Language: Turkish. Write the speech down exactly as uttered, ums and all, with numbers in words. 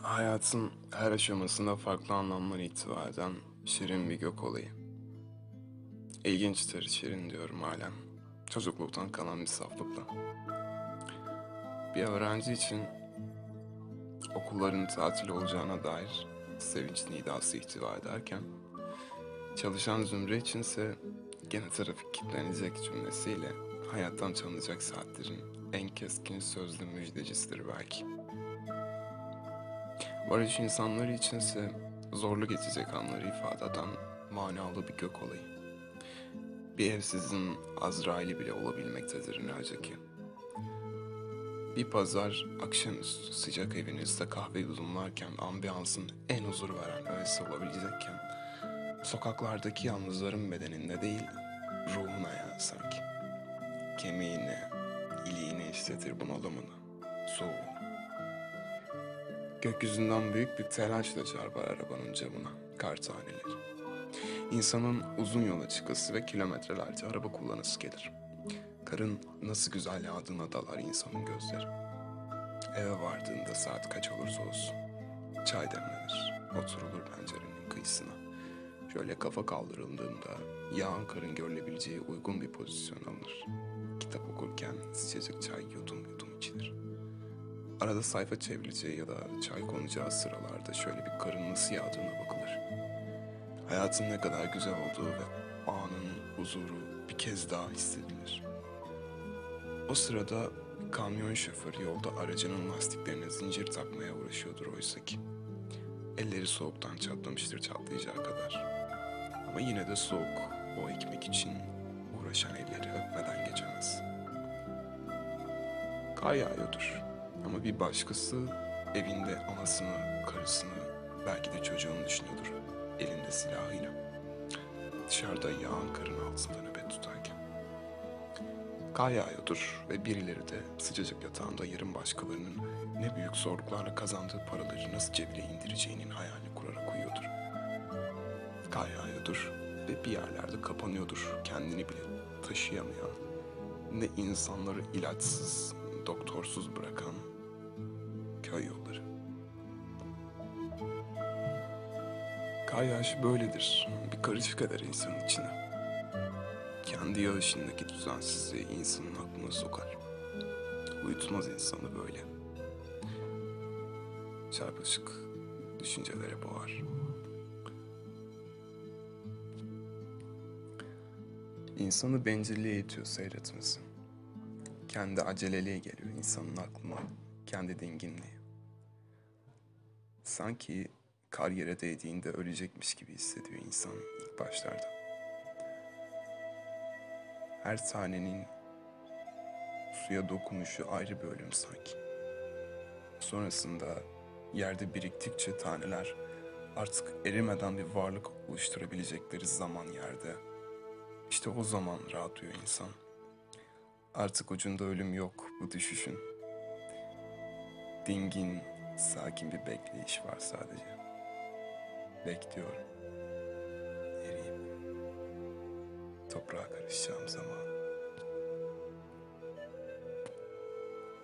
Hayatın her aşamasında farklı anlamlar ihtiva eden şirin bir gök olayı. İlginçtir, şirin diyorum halen. Çocukluktan kalan bir saflıkla. Bir öğrenci için okulların tatil olacağına dair sevinç nidası ihtiva ederken, çalışan zümre içinse gene trafik kilitlenecek cümlesiyle hayattan çalınacak saatlerin en keskin sözlü müjdecisidir belki. Barış insanları içinse zorlu geçecek anları ifade eden manalı bir gök olayı. Bir evsizin Azrail'i bile olabilmektedir ne acı ki. Bir pazar akşamüstü sıcak evinizde kahve yudumlarken ambiyansın en huzur veren öğesi olabilecekken sokaklardaki yalnızların bedeninde değil ruhuna ya sanki. Kemiğine, iliğine işletir bunalımını, soğuğunu. Gökyüzünden büyük bir telaşla çarpar arabanın camına kar taneleri. İnsanın uzun yola çıkası ve kilometrelerce araba kullanası gelir. Karın nasıl güzel yağdığına dalar insanın gözleri. Eve vardığında saat kaç olursa olsun. Çay demlenir, oturulur pencerenin kıyısına. Şöyle kafa kaldırıldığında yağan karın görülebileceği uygun bir pozisyon alınır. Kitap okurken sıcacık çay yudum yudum içilir. Arada sayfa çevrileceği ya da çay konacağı sıralarda şöyle bir karın nasıl yağdığına bakılır. Hayatın ne kadar güzel olduğu ve anın huzuru bir kez daha hissedilir. O sırada kamyon şoförü yolda aracının lastiklerine zincir takmaya uğraşıyordur oysa ki. Elleri soğuktan çatlamıştır çatlayacağı kadar. Ama yine de soğuk o ekmek için uğraşan elleri öpmeden geçemez. Kar yağıyordur ama bir başkası evinde anasını, karısını, belki de çocuğunu düşünüyordur elinde silahıyla. Dışarıda yağan karın altında nöbet tutarken. Kar yağıyordur ve birileri de sıcacık yatağında yarın başkalarının ne büyük zorluklarla kazandığı paraları nasıl cebine indireceğinin hayalini kurarak uyuyordur. Kar yağıyordur ve bir yerlerde kapanıyordur kendini bile taşıyamayan, ne insanları ilaçsız, doktorsuz bırakan köy yolları. Kar yağışı böyledir, bir karışık eder insanın içine. Kendi yağışındaki düzensizliği insanın aklına sokar. Uyutmaz insanı böyle. Çarpışık düşüncelere boğar. İnsanı bencilliğe itiyor seyretmesi. Kendi aceleliğe geliyor insanın aklına, kendi dinginliği. Sanki kar yere değdiğinde ölecekmiş gibi hissediyor insan ilk başlarda. Her tanenin suya dokunuşu ayrı bir ölüm sanki. Sonrasında yerde biriktikçe taneler artık erimeden bir varlık oluşturabilecekleri zaman yerde. İşte o zaman rahatlıyor insan. Artık ucunda ölüm yok bu düşüşün. Dingin, sakin bir bekleyiş var sadece. Bekliyorum. Eriyip toprağa karışacağım zaman.